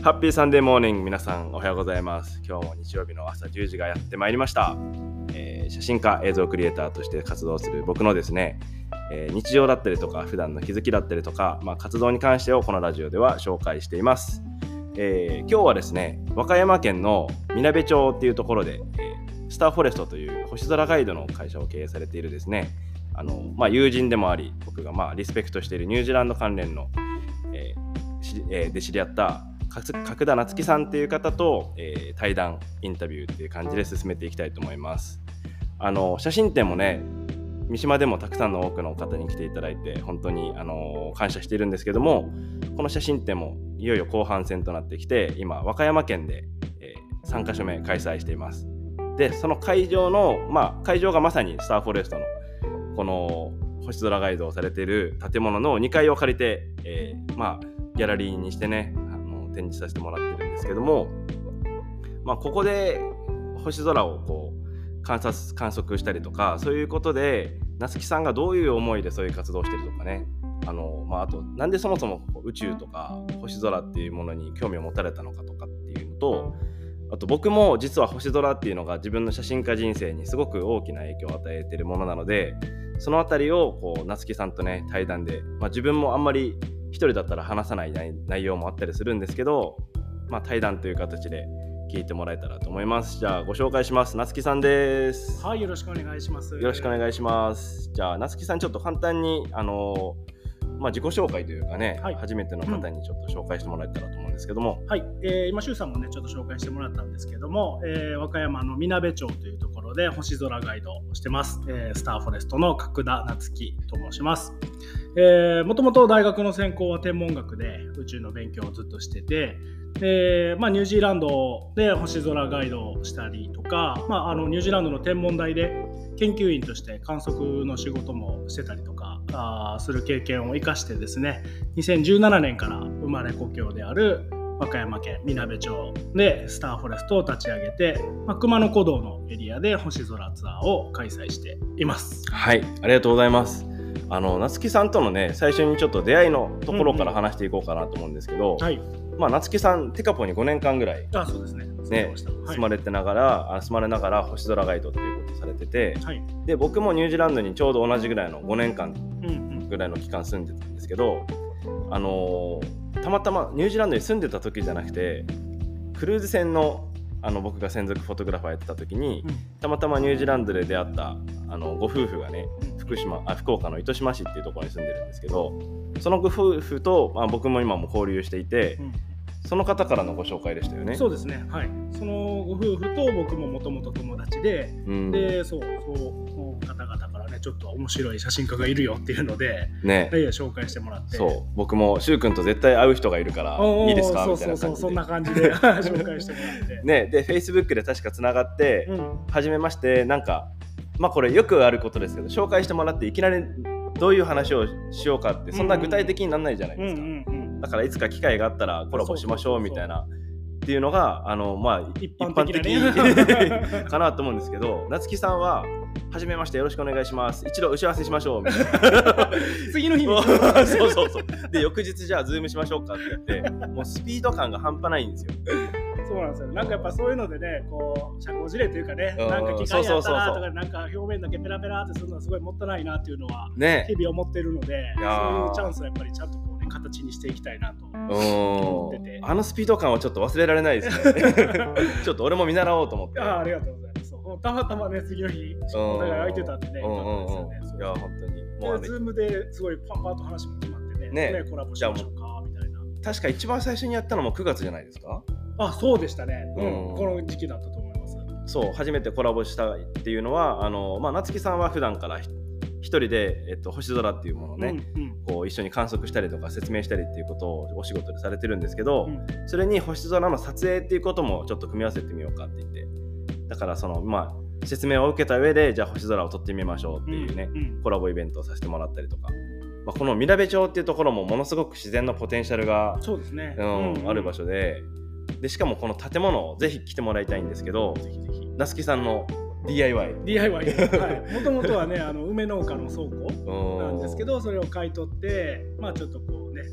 ハッピーサンデーモーニング、皆さんおはようございます。今日も日曜日の朝10時がやってまいりました。写真家、映像クリエイターとして活動する僕のですね、日常だったりとか普段の気づきだったりとか、活動に関してをこのラジオでは紹介しています。今日はですね、和歌山県のみなべ町っていうところで、スターフォレストという星空ガイドの会社を経営されているですね、友人でもあり、僕がリスペクトしているニュージーランド関連の、で知り合った角田夏樹さんっていう方と、対談インタビューっていう感じで進めていきたいと思います。写真展もね、三島でもたくさんの多くの方に来ていただいて本当に感謝しているんですけども、この写真展もいよいよ後半戦となってきて、今和歌山県で、3カ所目開催しています。でその会場がまさにスターフォレストのこの星空ガイドをされている建物の2階を借りて、ギャラリーにしてね展示させてもらってるんですけども、ここで星空をこう観測したりとか、そういうことで夏樹さんがどういう思いでそういう活動をしてるとかね、あとなんでそもそも宇宙とか星空っていうものに興味を持たれたのかとかっていうのと、あと僕も実は星空っていうのが自分の写真家人生にすごく大きな影響を与えているものなので、そのあたりをこう夏樹さんとね対談で、自分もあんまり一人だったら話さない内容もあったりするんですけど、対談という形で聞いてもらえたらと思います。じゃあご紹介します。夏樹さんです。 はい、よろしくお願いします。 よろしくお願いします。じゃあ夏樹さん、ちょっと簡単に自己紹介というかね、初めての方にちょっと紹介してもらえたらと思うんですけども、 今周さんもねちょっと紹介してもらったんですけども、和歌山のみなべ町というところで星空ガイドをしてます。スターフォレストの角田夏樹と申します。もともと大学の専攻は天文学で宇宙の勉強をずっとしてて、ニュージーランドで星空ガイドをしたりとか、ニュージーランドの天文台で研究員として観測の仕事もしてたりとかする経験を生かしてですね、2017年から生まれ故郷である和歌山県みなべ町でスターフォレストを立ち上げて、熊野古道のエリアで星空ツアーを開催しています。 はい、ありがとうございます。夏樹さんとのね最初にちょっと出会いのところから話していこうかなと思うんですけど、夏樹さんテカポに5年間ぐらいそうですね、 住まれながら星空ガイドっていうことをされてて、で僕もニュージーランドにちょうど同じぐらいの5年間ぐらいの期間住んでたんですけど、たまたまニュージーランドに住んでた時じゃなくて、クルーズ船の僕が専属フォトグラファーやってた時に、たまたまニュージーランドで出会ったご夫婦がね、福岡の糸島市っていうところに住んでるんですけど、そのご夫婦と、僕も今も交流していて、その方からのご紹介でしたよね。 そうですね、そのご夫婦と僕ももともと友達で、そう方々からねちょっと面白い写真家がいるよっていうので、紹介してもらって、 僕もしゅうくんと絶対会う人がいるからいいですかみたいな感じで、 そんな感じで紹介してもらってで Facebook で確かつながって、初めまして、なんかこれよくあることですけど、紹介してもらっていきなりどういう話をしようかってそんな具体的にならないじゃないですか。だからいつか機会があったらコラボしましょうみたいなっていうのが一般的かなと思うんですけど、夏樹さんは初めましてよろしくお願いします、一度打ち合わせしましょうみたいな次の日にそうで翌日じゃあズームしましょうかって言って、もうスピード感が半端ないんですよ。 そうなんですよ。なんかやっぱそういうのでね、こう社交辞令というかね、なんか機会やったらとか、なんか表面だけペラペラってするのはすごいもったいないなっていうのは日々思ってるので、そういうチャンスはやっぱりちゃんとこうね形にしていきたいなと思ってて、 スピード感はちょっと忘れられないですねちょっと俺も見習おうと思って。 ありがとうございます。たまたまね次の日お互い空いてたんでね、よかったですよね。 いや本当にもうズームですごいパンパンと話も決まってね、コラボしましょうかみたいな。 確か一番最初にやったのも9月じゃないですか。 そうでしたね、この時期だったと思います。 そう初めてコラボしたっていうのは夏樹さんは普段から一人で、星空っていうものをね、こう一緒に観測したりとか説明したりっていうことをお仕事でされてるんですけど、それに星空の撮影っていうこともちょっと組み合わせてみようかって言って、だから説明を受けた上でじゃあ星空を撮ってみましょうっていうね、コラボイベントをさせてもらったりとか、このみなべ町っていうところもものすごく自然のポテンシャルがある場所で、しかもこの建物をぜひ来てもらいたいんですけど、夏樹さんの DIY もともとはね梅農家の倉庫なんですけど、それを買い取ってちょっとこうね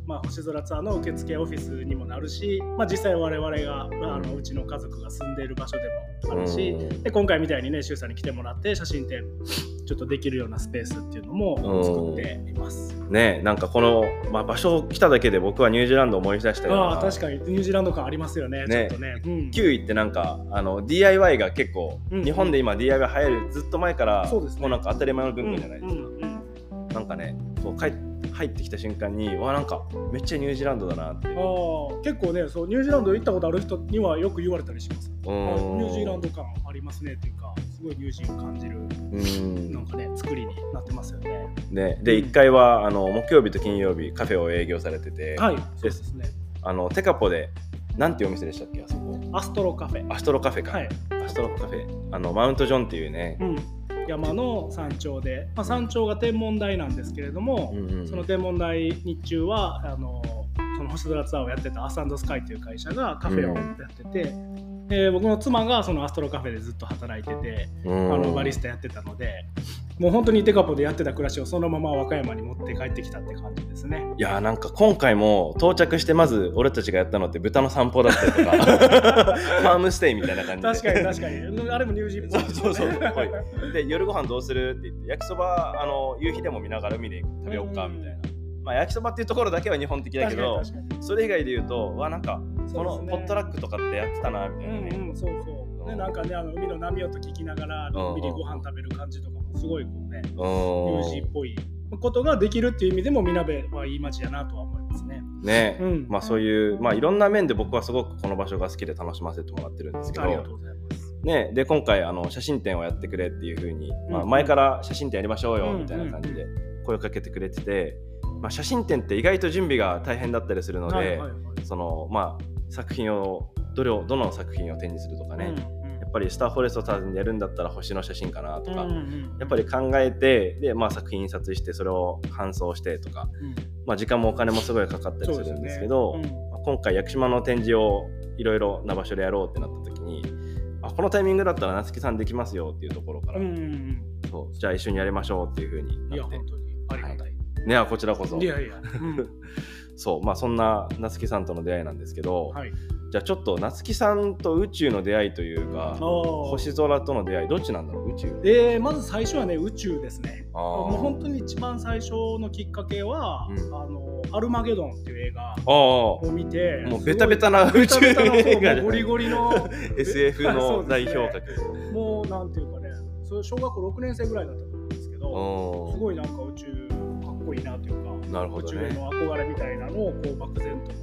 星空ツアーの受付オフィスにもなるし、実際我々がうちの家族が住んでいる場所でもあるし、で今回みたいにね、周さんに来てもらって写真展ちょっとできるようなスペースっていうのも作っていますね。なんかこの、場所来ただけで僕はニュージーランドを思い出したような。 確かにニュージーランド感ありますよね。ちょっとね、 キウイってなんかDIY が結構、日本で今 DIY 流行るずっと前から、もうなんか当たり前の文化じゃないですか。なんかね、こう入ってきた瞬間になんかめっちゃニュージーランドだなっていう。 結構ね、そうニュージーランド行ったことある人にはよく言われたりします。ニュージーランド感ありますねっていうか、すごいニュージーを感じるなんかね、作りになってますよね。 で1階は木曜日と金曜日カフェを営業されてて、 そうですね。 テカポでなんていうお店でしたっけ、あそこ。 アストロカフェか。 アストロカフェ、マウントジョンっていうね、 山の山頂で、山頂が天文台なんですけれども、その天文台日中はその星空ツアーをやってたアス&スカイという会社がカフェをやってて、僕の妻がそのアストロカフェでずっと働いてて、バリスタやってたので、もう本当にテカポでやってた暮らしをそのまま和歌山に持って帰ってきたって感じですね。 いやなんか今回も到着してまず俺たちがやったのって豚の散歩だったりとかファームステイみたいな感じで。 確かにあれもニュージーっぽいですね。 そうで夜ご飯どうするって言って、焼きそば夕日でも見ながら海で食べようかみたいな。焼きそばっていうところだけは日本的だけど、それ以外で言うとなんかこのポットラックとかってやってたなみたいなね。 なんかね、海の波音聞きながら海でご飯食べる感じとかもすごいこうね、ニュージーっぽいことができるっていう意味でも、みなべはいい街だなとは思いますね。 そういういろんな面で僕はすごくこの場所が好きで楽しませてもらってるんですけど。 ありがとうございます。 で今回写真展をやってくれっていう風に、前から写真展やりましょうよみたいな感じで声をかけてくれてて、写真展って意外と準備が大変だったりするので、その作品をどの作品を展示するとかね、やっぱりスターフォレストターズにやるんだったら星の写真かなとか、やっぱり考えて、で作品印刷してそれを搬送してとか、時間もお金もすごいかかったりするんですけど、今回屋久島の展示をいろいろな場所でやろうってなった時に、このタイミングだったら夏木さんできますよっていうところから、じゃあ一緒にやりましょうっていう風になって。 いや本当にありがたい。 こちらこそ。そう、そんな夏木さんとの出会いなんですけど、じゃあちょっと夏木さんと宇宙の出会いというか、星空との出会いどっちなんだろう。宇宙。 まず最初はね、宇宙ですね。もう本当に一番最初のきっかけは、アルマゲドンっていう映画を見て、 もうベタベタな宇宙映画でゴリゴリの SF の代表格。 もうなんていうかね、小学校6年生ぐらいだったと思うんですけど、すごいなんか宇宙かっこいいなというか、宇宙への憧れみたいなのをこう漠然と思って、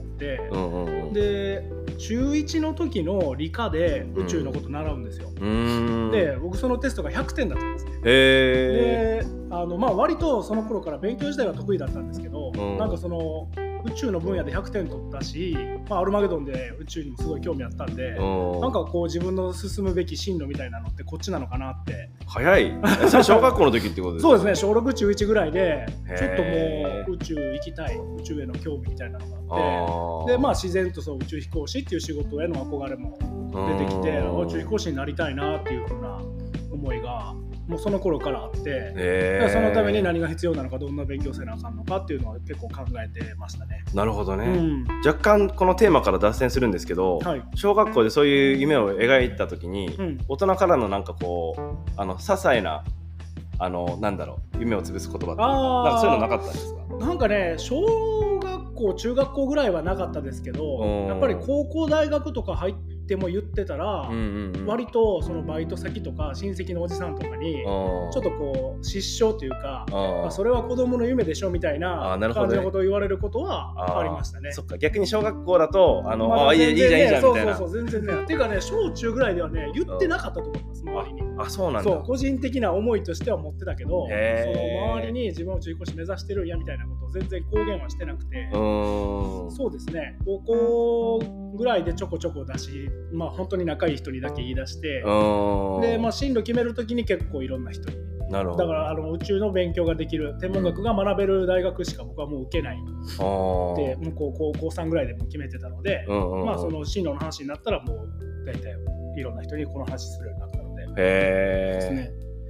で中1の時の理科で宇宙のこと習うんですよ。で僕そのテストが100点だったんですね。で割とその頃から勉強自体は得意だったんですけど、なんかその宇宙の分野で100点取ったし、アルマゲドンで宇宙にもすごい興味あったんで、なんかこう自分の進むべき進路みたいなのってこっちなのかなって。 早い。それ小学校の時ってことですか？ そうですね、小6中1ぐらいでちょっともう宇宙行きたい、宇宙への興味みたいなのがあって、で自然と宇宙飛行士っていう仕事への憧れも出てきて、宇宙飛行士になりたいなっていう風な思いがもうその頃からあって、そのために何が必要なのか、どんな勉強せなあかんのかっていうのは結構考えてましたね。なるほどね、若干このテーマから脱線するんですけど、小学校でそういう夢を描いた時に、大人からのなんかこう些細ななんだろう、夢を潰す言葉っていうか、そういうのなかったんですか？ なんかね、小学校中学校ぐらいはなかったですけど、やっぱり高校大学とか入っても言ってたら、割とそのバイト先とか親戚のおじさんとかにちょっとこう失笑というか、それは子供の夢でしょみたいな感じのことを言われることはありましたね。 そっか、逆に小学校だといいじゃんいいじゃんみたいな。 そう全然ね。っていうかね、小中ぐらいではね言ってなかったと思います、周りに。 そうなんだ。 個人的な思いとしては持ってたけど、その周りに自分を宇宙飛行士目指してるんやみたいなことを全然公言はしてなくて、そうですね、高校ぐらいでちょこちょこ出し、本当に仲いい人にだけ言い出して、で進路決めるときに結構いろんな人に。だから宇宙の勉強ができる、天文学が学べる大学しか僕はもう受けないってもう高校3ぐらいでも決めてたので、その進路の話になったらもう大体いろんな人にこの話するようになったのでですね。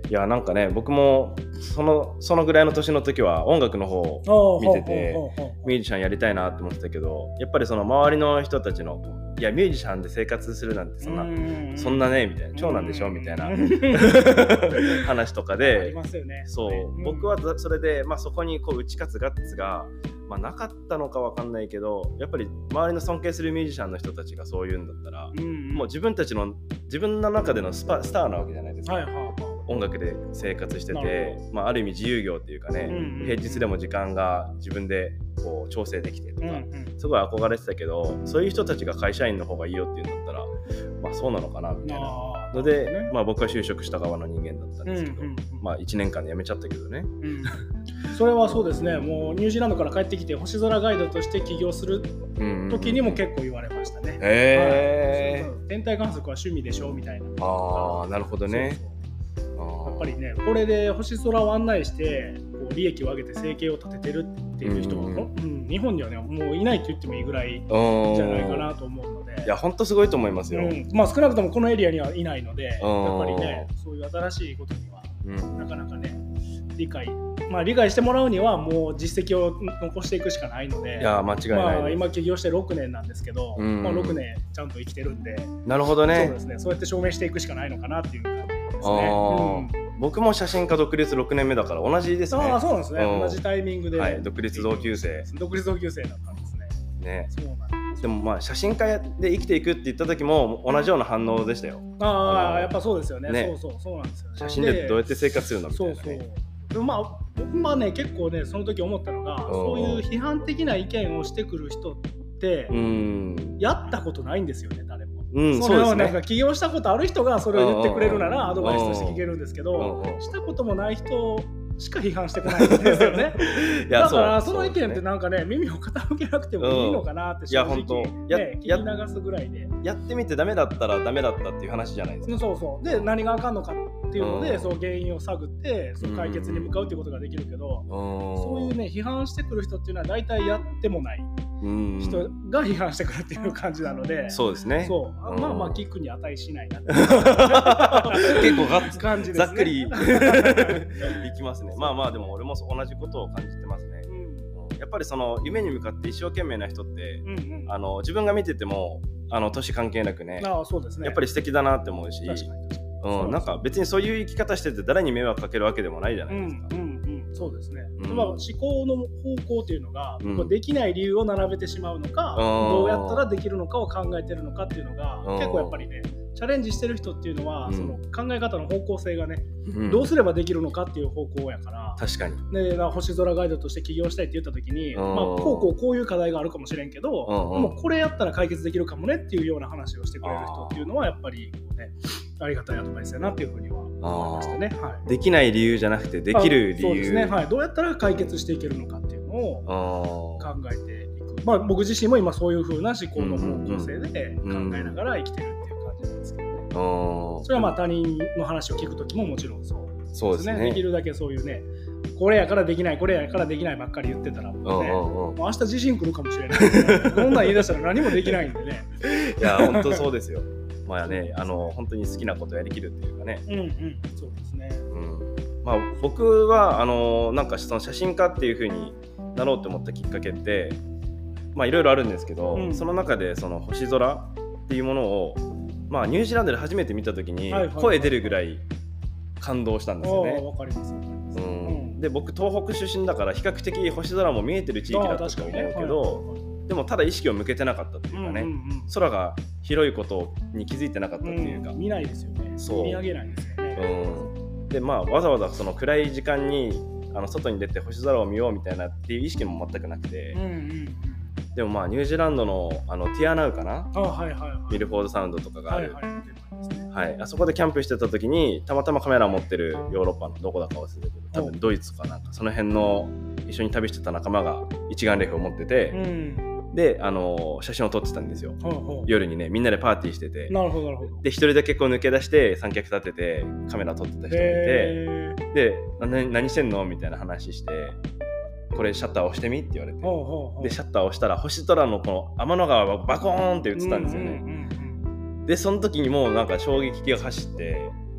いやなんかね僕もそのぐらいの年の時は音楽の方を見ててミュージシャンやりたいなって思ってたけど、やっぱりその周りの人たちのいやミュージシャンで生活するなんてそんなねみたいな長男でしょみたいな話とかで、そう、僕はそれで、まあ、そこにこう打ち勝つガッツが、まあ、なかったのか分かんないけど、やっぱり周りの尊敬するミュージシャンの人たちがそう言うんだったら、もう自分の中でのスターなわけじゃないですか、音楽で生活してて、まあ、ある意味自由業っていうかね、平日でも時間が自分でこう調整できてとか、すごい憧れてたけど、そういう人たちが会社員の方がいいよっていうんだったら、まあそうなのかなみたいなので、まあ、僕は就職した側の人間だったんですけど、まあ1年間で辞めちゃったけどね、 それはそうですね。もうニュージーランドから帰ってきて星空ガイドとして起業する時にも結構言われましたね。天体観測は趣味でしょみたいな。 なるほどね。 やっぱりね、これで星空を案内してこう利益を上げて生計を立ててるっていう人も、日本にはねもういないと言ってもいいぐらいじゃないかなと思うので、 いや本当すごいと思いますよ。 まあ少なくともこのエリアにはいないので、やっぱりねそういう新しいことには、なかなかね理解してもらうにはもう実績を残していくしかないので、 いや間違いない、 まあ、今起業して6年なんですけど、まあ、6年ちゃんと生きてるんで、 なるほどね。 そうですね、そうやって証明していくしかないのかなっていう感じですね。 僕も写真家独立6年目だから同じですね。 そうなんですね、同じタイミングで、 独立同級生だったんですね。そうなんです。 でもまあ写真家で生きていくって言った時も同じような反応でしたよ。 やっぱそうですよね。そうなんですよね。 写真でどうやって生活するのみたいなね。 まあ僕はね結構ねその時思ったのが、そういう批判的な意見をしてくる人ってやったことないんですよね、誰も。それをなんか起業したことある人がそれを言ってくれるならアドバイスとして聞けるんですけど、したこともない人しか批判してこないんですよね。だからその意見ってなんかね、耳を傾けなくてもいいのかなって正直聞き流すぐらいで、 やってみてダメだったらダメだったっていう話じゃないですか。 そうで何があかんのかっていうので、その原因を探ってその解決に向かうっていうことができるけど、そういうね批判してくる人っていうのは大体やってもない人が批判してくるっていう感じなので、 そうですね。 まあキックに値しないなって結構感じですね。 ざっくりいきますね。まあでも俺も同じことを感じてますね。やっぱりその夢に向かって一生懸命な人って、自分が見てても年関係なくね、 そうですね、 やっぱり素敵だなって思うし、なんか別にそういう生き方してて誰に迷惑かけるわけでもないじゃないですか。 そうですね。思考の方向っていうのが、できない理由を並べてしまうのか、どうやったらできるのかを考えてるのかっていうのが、結構やっぱりねチャレンジしてる人っていうのは、その考え方の方向性がね、どうすればできるのかっていう方向やから、 確かにで星空ガイドとして起業したいって言った時に、こういう課題があるかもしれんけど、もうこれやったら解決できるかもねっていうような話をしてくれる人っていうのはやっぱりね、ありがたいアドバイスだなっていうふうには思いましたね。 できない理由じゃなくてできる理由、 そうですね、どうやったら解決していけるのかっていうのを考えていく。僕自身も今そういうふうな思考の方向性で考えながら生きてるっていう感じなんですけどね。それは他人の話を聞くときももちろんそうですね。できるだけそういうね、これやからできないばっかり言ってたらもうね、明日地震来るかもしれない、ね、こんなん言い出したら何もできないんでね。 いや本当そうですよ。まあね、本当に好きなことやりきるっていうかね。 そうですね。 僕はなんかその写真家っていう風になろうと思ったきっかけっていろいろあるんですけど、その中でその星空っていうものをニュージーランドで初めて見た時に声出るぐらい感動したんですよね。 わかります。 で僕東北出身だから比較的星空も見えてる地域だったと思うけど、でもただ意識を向けてなかったっていうかね、空が広いことに気づいてなかったっていうか、 見ないですよね。見上げないですよね。 でわざわざその暗い時間に外に出て星空を見ようみたいなっていう意識も全くなくて、でもニュージーランドのティアナウかな、ミルフォードサウンドとかがある、あそこでキャンプしてた時にたまたまカメラを持ってるヨーロッパのどこだか忘れてるけど、多分ドイツかなんかその辺の一緒に旅してた仲間が一眼レフを持ってて、で写真を撮ってたんですよ。夜にねみんなでパーティーしてて、で一人だけこう抜け出して三脚立ててカメラ撮ってた人がいて、で何してんのみたいな話して、これシャッター押してみって言われて、でシャッターを押したら星空のこの天の川がバコーンって映ったんですよね。でその時にもうなんか衝撃が走って、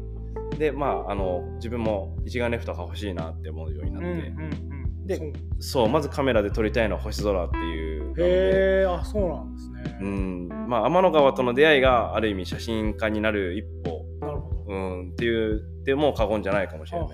で自分も一眼レフとか欲しいなって思うようになって、でそうまずカメラで撮りたいのは星空っていうへー、あ、そうなんですね。 天の川との出会いがある意味写真家になる一歩、っていうでも過言じゃないかもしれない。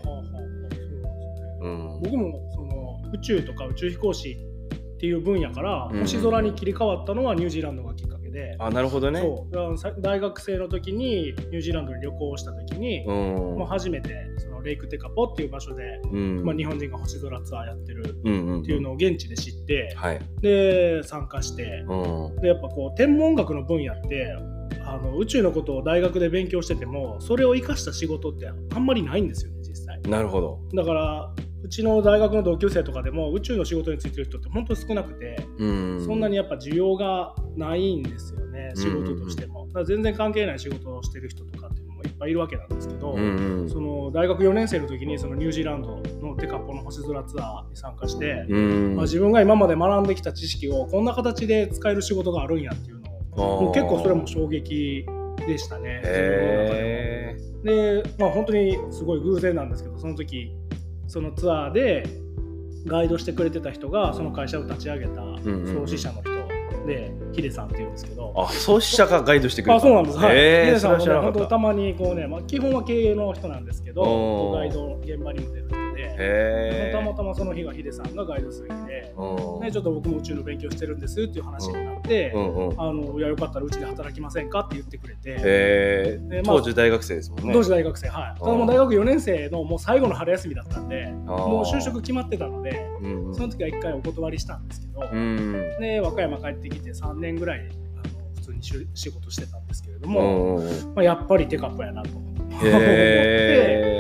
僕もその宇宙とか宇宙飛行士っていう分野から星空に切り替わったのはニュージーランドがきっかけで、 なるほどね。 そう大学生の時にニュージーランドに旅行した時に、もう初めてそのレイクテカポっていう場所で、日本人が星空ツアーやってるっていうのを現地で知って、で参加して、でやっぱこう天文学の分野って宇宙のことを大学で勉強しててもそれを生かした仕事ってあんまりないんですよね、実際。 なるほど。 だからうちの大学の同級生とかでも宇宙の仕事についてる人って本当に少なくて、そんなにやっぱ需要がないんですよね、仕事としても。だから全然関係ない仕事をしてる人とかっていうのもいっぱいいるわけなんですけど、その大学4年生の時にそのニュージーランドのテカポの星空ツアーに参加して、自分が今まで学んできた知識をこんな形で使える仕事があるんやっていうのをもう結構それも衝撃でしたね、自分の中でも。で、本当にすごい偶然なんですけど、その時そのツアーでガイドしてくれてた人がその会社を立ち上げた創始者の人で、ヒデさんっていうんですけど。 創始者がガイドしてくれた。 そうなんです。ヒデさんもね、本当たまにこうね、基本は経営の人なんですけど、ガイド現場にも出る人で、たまたまその日がヒデさんがガイドする日で、ちょっと僕も宇宙の勉強してるんですっていう話になって、いやよかったらうちで働きませんかって言ってくれて、 当時大学生ですもんね。 当時大学生、はい。ただもう大学4年生のもう最後の春休みだったんで、もう就職決まってたので、その時は1回お断りしたんですけど、で和歌山帰ってきて3年ぐらい普通に仕事してたんですけれども、やっぱりテカポやなと思って、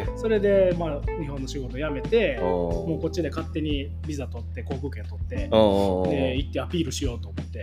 それで日本の仕事辞めて、もうこっちで勝手にビザ取って航空券取って、で行ってアピールしようと思って、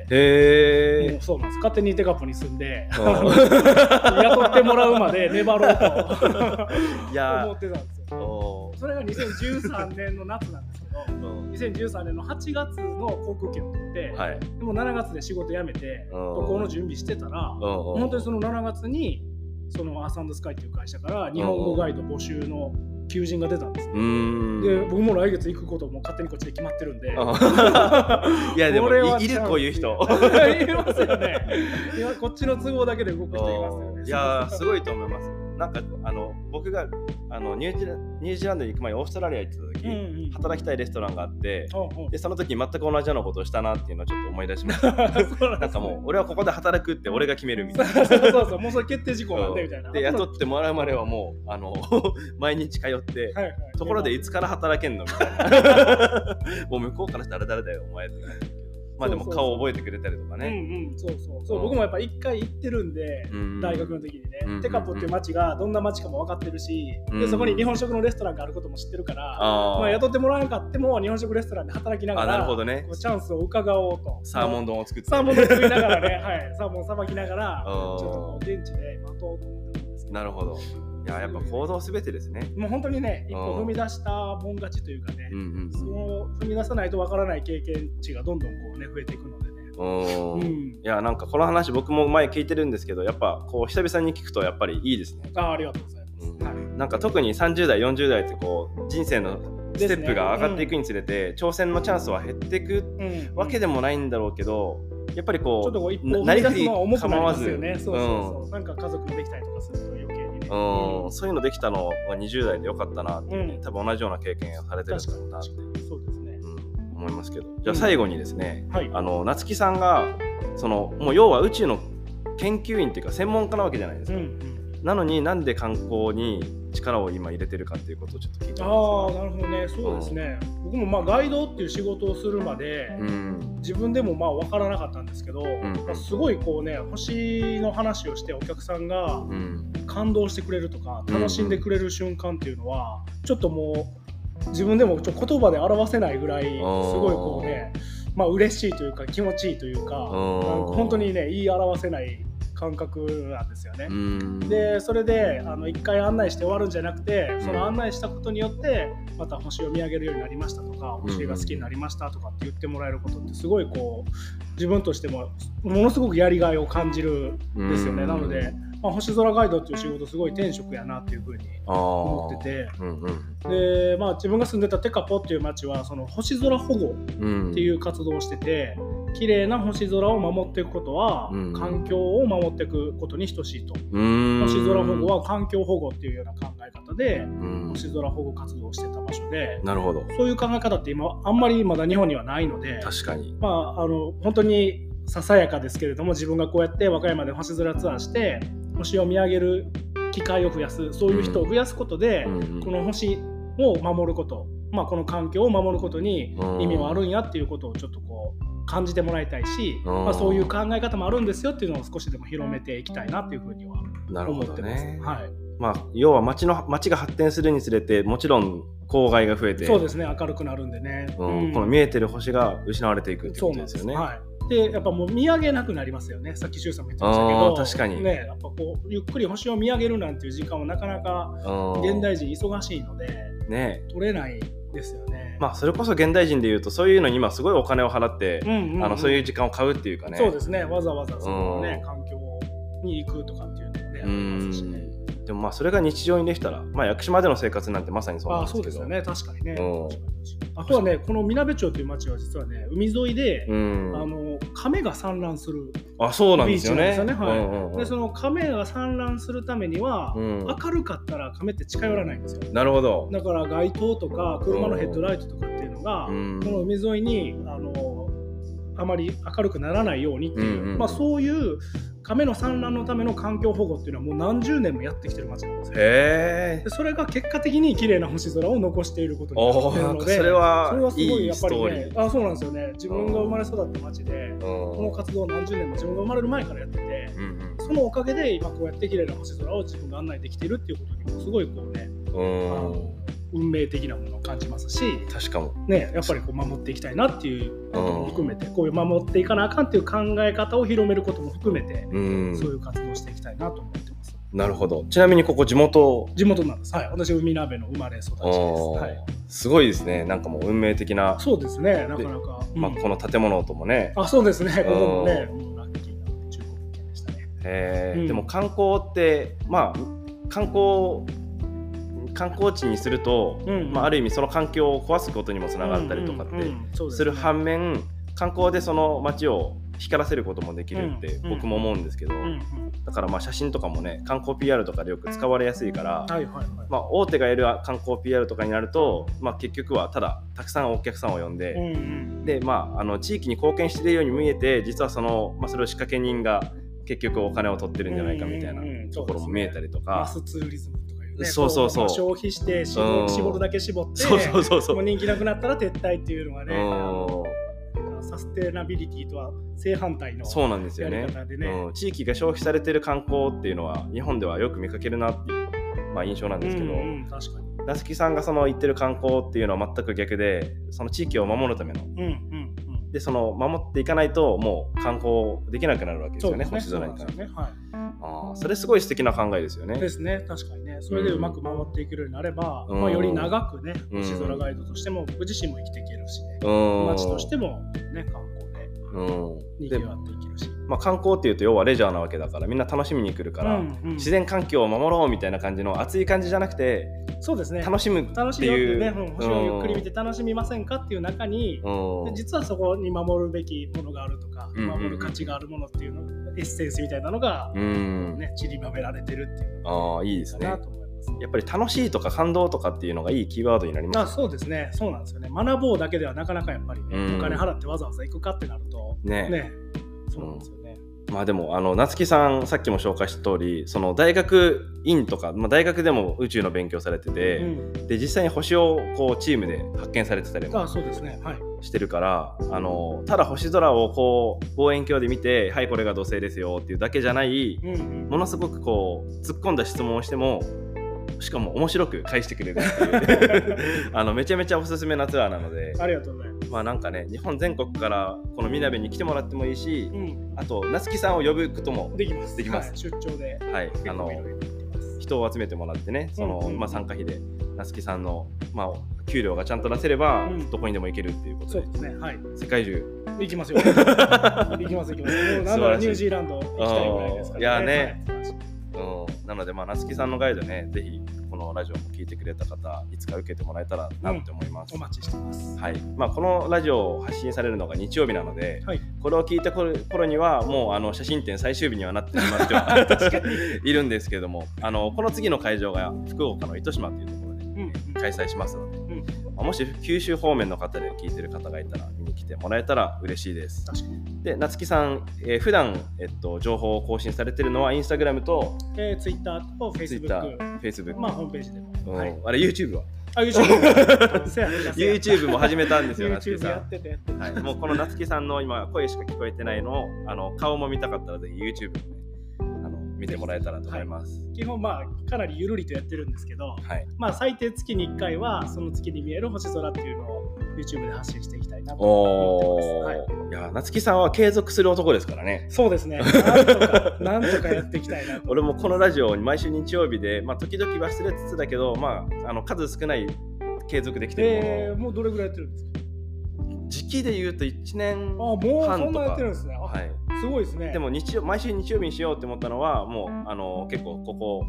もうそうなんです。勝手にテカポに住んで雇ってもらうまで粘ろうと思ってたんですよ。それが2013年の夏なんですけど、2013年の8月の航空券を取って、でも7月で仕事辞めて渡航の準備してたら、本当にその7月にそのアーサンドスカイっていう会社から日本語ガイド募集の求人が出たんですよ。で僕も来月行くことも勝手にこっちで決まってるんでいやでもいるこういう人いますよね。今こっちの都合だけで動く人いますよね。 いやすごいと思います。なんか僕がニュージーランドに行く前にオーストラリア行ってた時、働きたいレストランがあって、でその時全く同じようなことをしたなっていうのをちょっと思い出しました。なんかもう俺はここで働くって俺が決めるみたいな。 そうもうそれ決定事項なんでみたいな。 で雇ってもらうまではもう毎日通って、ところでいつから働けんのみたいな。もう向こうからしたら誰だよお前って感じ。でも顔を覚えてくれたりとかね。 そう僕もやっぱ一回行ってるんで、大学の時にね、テカポっていう街がどんな街かも分かってるし、でそこに日本食のレストランがあることも知ってるから、雇ってもらわなかっても日本食レストランで働きながら、こうチャンスを伺おうと。 サーモン丼を作って、 サーモン丼作りながらね、サーモンさばきながら、ちょっと現地で待とうと思ってたんですけど。 なるほど。いや、やっぱ行動すべてですね。 もう本当にね、一歩踏み出したもん勝ちというかね、その踏み出さないとわからない経験値がどんどんこうね増えていくのでね。 いや、なんかこの話僕も前聞いてるんですけど、やっぱこう久々に聞くとやっぱりいいですね。 ありがとうございます。 なんか特に30代40代ってこう人生のステップが上がっていくにつれて、挑戦のチャンスは減っていくわけでもないんだろうけど、やっぱりこうちょっとこう一歩踏み出すのは重くなりますよね。そうなんか家族もできたりとかすると余計にね。 そういうのできたのが20代でよかったなって、多分同じような経験をされてるんだろうなってそうですね、 思いますけど、じゃあ最後にですね、夏木さんがそのもう要は宇宙の研究員っていうか専門家なわけじゃないですか。なのになんで観光に力を今入れてるかっていうことをちょっと聞いてます。 なるほどね。そうですね。僕もガイドっていう仕事をするまで、自分でも分からなかったんですけど、すごいこうね、星の話をしてお客さんが感動してくれるとか楽しんでくれる瞬間っていうのはちょっともう自分でも言葉で表せないぐらいすごいこうね、嬉しいというか気持ちいいというか、本当にね言い表せない感覚なんですよね。 うんでそれで一回案内して終わるんじゃなくて、その案内したことによってまた星を見上げるようになりましたとか、星が好きになりましたとかって言ってもらえることってすごいこう自分としてもものすごくやりがいを感じるんですよね。なので、星空ガイドっていう仕事すごい天職やなっていうふうに思ってて、で、自分が住んでたテカポっていう町はその星空保護っていう活動をしてて、綺麗な星空を守っていくことは環境を守っていくことに等しいと。星空保護は環境保護っていうような考え方で星空保護活動をしてた場所で、 なるほど。 そういう考え方って今あんまりまだ日本にはないので、 確かに本当にささやかですけれども、自分がこうやって和歌山で星空ツアーして星を見上げる機会を増やす、そういう人を増やすことで、この星を守ること、この環境を守ることに意味はあるんやっていうことをちょっとこう感じてもらいたいし、そういう考え方もあるんですよっていうのを少しでも広めていきたいなっていうふうには思ってます。 要は町が発展するにつれてもちろん郊外が増えて、 そうですね、明るくなるんでね、 この見えてる星が失われていくってことですよね。 でやっぱもう見上げなくなりますよね。さっき周さんも言ってましたけど、 確かにね、やっぱこうゆっくり星を見上げるなんていう時間はなかなか現代人忙しいので、ね、取れないですよね。 それこそ現代人でいうとそういうのに今すごいお金を払って、そういう時間を買うっていうかね。 そうですね、わざわざその、ね、環境に行くとかっていうのもねありますしね。 でもそれが日常にできたら、屋久島での生活なんてまさにそうなんですけど。 そうですよね、確かにね。あとはね、このみなべ町という町は実はね、海沿いで亀が産卵するビーチなんですよね。でその亀が産卵するためには、明るかったら亀って近寄らないんですよ。 なるほど。 だから街灯とか車のヘッドライトとかっていうのが、この海沿いにあまり明るくならないようにっていう、そういう亀の産卵のための環境保護っていうのはもう何十年もやってきてる町なんですよ。でそれが結果的に綺麗な星空を残していることになっているので、 それはすごいやっぱりね、そうなんですよね。自分が生まれ育った町でこの活動を何十年も自分が生まれる前からやってて、そのおかげで今こうやって綺麗な星空を自分が案内できているっていうことにもすごいこうね、運命的なものを感じますし、 確かもね、やっぱりこう守っていきたいなっていうことも含めて、こういう守っていかなあかんっていう考え方を広めることも含めて、そういう活動をしていきたいなと思ってます。 なるほど。ちなみにここ地元なんです。私海鍋の生まれ育ちです。 すごいですね。なんかもう運命的な。 そうですね。なかなか。 この建物ともね。 そうですね。ここもね、ラッキーな中古物件でしたね。 でも観光って観光地にすると、ある意味その環境を壊すことにもつながったりとかってする反面、観光でその街を光らせることもできるって僕も思うんですけど、だから写真とかもね、観光 PR とかでよく使われやすいから、大手がやる観光 PR とかになると、結局はたくさんお客さんを呼んで、で地域に貢献しているように見えて、実はそれを仕掛け人が結局お金を取ってるんじゃないかみたいなところも見えたりとか、 マスツーリズムとかいうね、 消費して絞るだけ絞って、もう人気なくなったら撤退っていうのがね、サステナビリティとは正反対のそうなんですよね。地域が消費されてる観光っていうのは日本ではよく見かけるなっていう、印象なんですけど、 確かに夏木さんがその言ってる観光っていうのは全く逆で、その地域を守るための、でその守っていかないともう観光できなくなるわけですよね、星空に関して。それすごい素敵な考えですよね。 ですね、確かにね。それでうまく守っていけるようになれば、より長くね、星空ガイドとしても僕自身も生きていけるしね、街としてもね、観光でにぎわっていけるし。 観光っていうと要はレジャーなわけだから、みんな楽しみに来るから、自然環境を守ろうみたいな感じの熱い感じじゃなくて、 そうですね、 楽しむっていうね、星をゆっくり見て楽しみませんかっていう中に、実はそこに守るべきものがあるとか、守る価値があるものっていうの、エッセンスみたいなのが、散りばめられてるっていうのがいいですね。 やっぱり楽しいとか感動とかっていうのがいいキーワードになります。 そうですね、そうなんですよね。学ぼうだけではなかなかやっぱりね、お金払ってわざわざ行くかってなるとね、そうなんですよね。 でも夏木さんさっきも紹介した通り、その大学院とか、大学でも宇宙の勉強されてて、で実際に星をこうチームで発見されてたりもしてるから、ただ星空をこう望遠鏡で見て、はいこれが土星ですよっていうだけじゃない、ものすごくこう突っ込んだ質問をしてもしかも面白く返してくれるっていうめちゃめちゃおすすめなツアーなので、 ありがとうございます。 まあなんかね、日本全国からこのみなべに来てもらってもいいし、あと夏木さんを呼ぶこともできます。 できます。 はい、出張で、 はい、人を集めてもらってね、まあ、参加費で夏木さんの、まあ、給料がちゃんと出せれば、どこにでも行けるっていうことで、 そうですね、はい、 世界中行きますよ。行きます。もうなんならニュージーランド行きたいぐらいですからね。 いやね、なのでまあ夏木さんのガイドね、ぜひこのラジオも聞いてくれた方、いつか受けてもらえたらなって思います。 お待ちしてます。 はい。まあこのラジオを発信されるのが日曜日なので、これを聞いた頃にはもう写真展最終日にはなってしまってはいるんですけれども、この次の会場が福岡の糸島というところで開催しますので、もし九州方面の方で聞いてる方がいたら見に来てもらえたら嬉しいです。 確かに。 で、夏木さん、普段情報を更新されてるのはインスタグラムと、 ツイッターとフェイスブック、まあホームページでも、 あれ YouTube は YouTube も始めたんですよ。夏木 YouTube さんやってて、 はい、もうこの夏木さんの今声しか聞こえてないのを顔も見たかったらぜひ YouTube をね見てもらえたらと思います。 基本まあかなりゆるりとやってるんですけど、まあ最低月に1回はその月に見える星空っていうのを YouTube で発信していきたいなと思ってます。 いや、夏木さんは継続する男ですからね。 そうですね。なんとかやっていきたいなと。 俺もこのラジオに毎週日曜日で、まあ時々忘れつつだけど、まあ数少ない継続できてるもの。 もうどれぐらいやってるんですか？ 時期で言うと1年もうそ半とか。 んなやってるんですね。はい。すごいですね。 でも毎週日曜日にしようって思ったのはもう結構ここ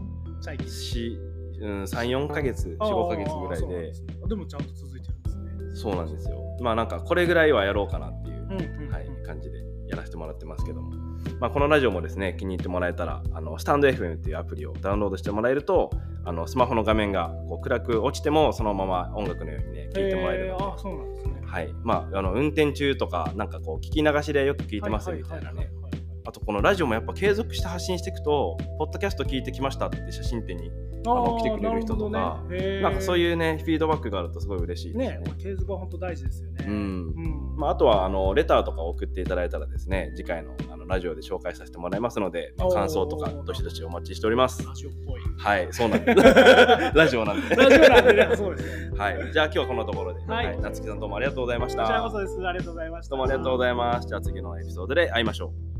3、4ヶ月、4、5ヶ月ぐらいで。 でもちゃんと続いてるんですね。 そうなんですよ。まあなんかこれぐらいはやろうかなっていう感じでやらせてもらってますけども、まあこのラジオもですね、気に入ってもらえたらスタンド FM っていうアプリをダウンロードしてもらえるとスマホの画面がこう暗く落ちてもそのまま音楽のようにね聞いてもらえるので、 そうなんですね。 はい、まあ運転中とかなんかこう聞き流しでよく聞いてますみたいなね。あとこのラジオもやっぱ継続して発信していくと、ポッドキャスト聞いてきましたって写真展に来てくれる人とか、なんかそういうねフィードバックがあるとすごい嬉しいですね。 継続は本当大事ですよね。 まあ、あとはレターとか送っていただいたらですね、次回のラジオで紹介させてもらいますので、感想とかどしどしお待ちしております。 ラジオっぽい。 はい、そうなんです。ラジオなんで。 ラジオなんでね、そうですね。 はい、じゃあ今日はこのところで、夏木さんどうもありがとうございました。 こちらこそです。ありがとうございました。 どうもありがとうございます。じゃあ次のエピソードで会いましょう。